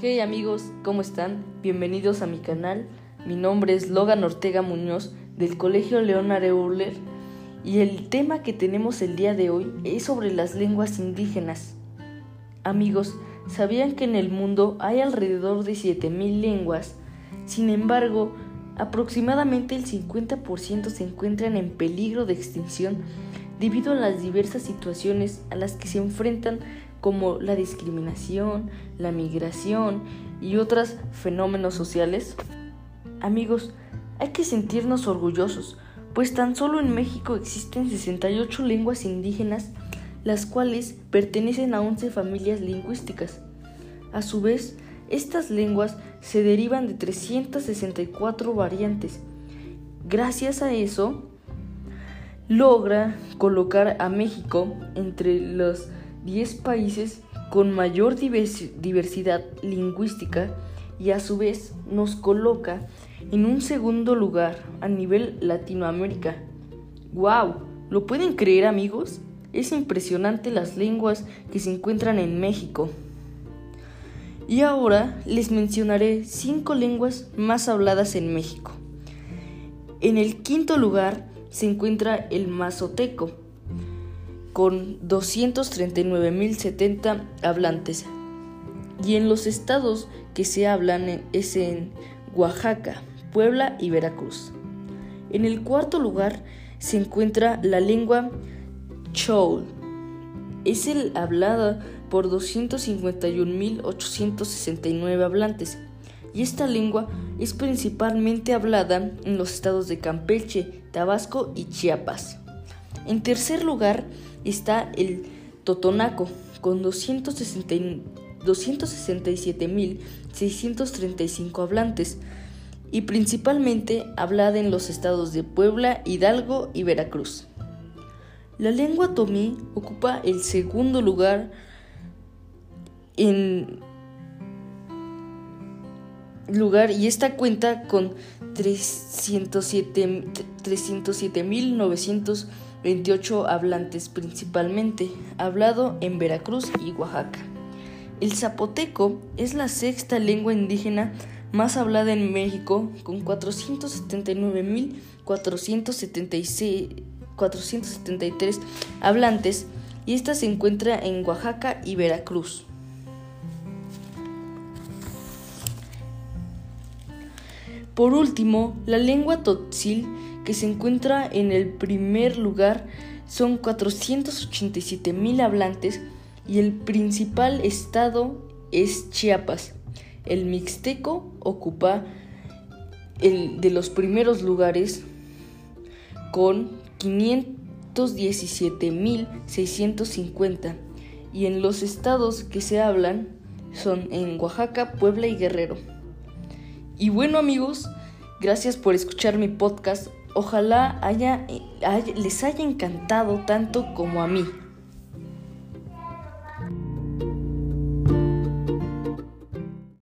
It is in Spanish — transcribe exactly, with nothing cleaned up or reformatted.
Hey amigos, ¿cómo están? Bienvenidos a mi canal. Mi nombre es Logan Ortega Muñoz del Colegio Leonard Euler y el tema que tenemos el día de hoy es sobre las lenguas indígenas. Amigos, ¿sabían que en el mundo hay alrededor de siete mil lenguas? Sin embargo, aproximadamente el cincuenta por ciento se encuentran en peligro de extinción debido a las diversas situaciones a las que se enfrentan, como la discriminación, la migración y otros fenómenos sociales. Amigos, hay que sentirnos orgullosos, pues tan solo en México existen sesenta y ocho lenguas indígenas, las cuales pertenecen a once familias lingüísticas. A su vez, estas lenguas se derivan de trescientas sesenta y cuatro variantes. Gracias a eso, logra colocar a México entre los diez países con mayor diversidad lingüística y a su vez nos coloca en un segundo lugar a nivel Latinoamérica. ¡Wow! ¿Lo pueden creer, amigos? Es impresionante las lenguas que se encuentran en México. Y ahora les mencionaré cinco lenguas más habladas en México. En el quinto lugar se encuentra el mazateco, con doscientos treinta y nueve mil setenta hablantes. Y en los estados que se hablan es en Oaxaca, Puebla y Veracruz. En el cuarto lugar se encuentra la lengua Choul. Es el hablada por doscientos cincuenta y un mil ochocientos sesenta y nueve hablantes. Y esta lengua es principalmente hablada en los estados de Campeche, Tabasco y Chiapas. En tercer lugar está el totonaco, con doscientos sesenta y siete mil seiscientos treinta y cinco hablantes, y principalmente hablada en los estados de Puebla, Hidalgo y Veracruz. La lengua tomí ocupa el segundo lugar en lugar y esta cuenta con trescientos siete mil novecientos veintiocho hablantes, principalmente hablado en Veracruz y Oaxaca. El zapoteco es la sexta lengua indígena más hablada en México, con cuatrocientos setenta y nueve mil cuatrocientos setenta y tres hablantes, y esta se encuentra en Oaxaca y Veracruz. Por último, la lengua tzotzil, que se encuentra en el primer lugar, son cuatrocientos ochenta y siete mil hablantes y el principal estado es Chiapas. El mixteco ocupa el de los primeros lugares con quinientos diecisiete mil seiscientos cincuenta, y en los estados que se hablan son en Oaxaca, Puebla y Guerrero. Y bueno, amigos, gracias por escuchar mi podcast. Ojalá haya, haya, les haya encantado tanto como a mí.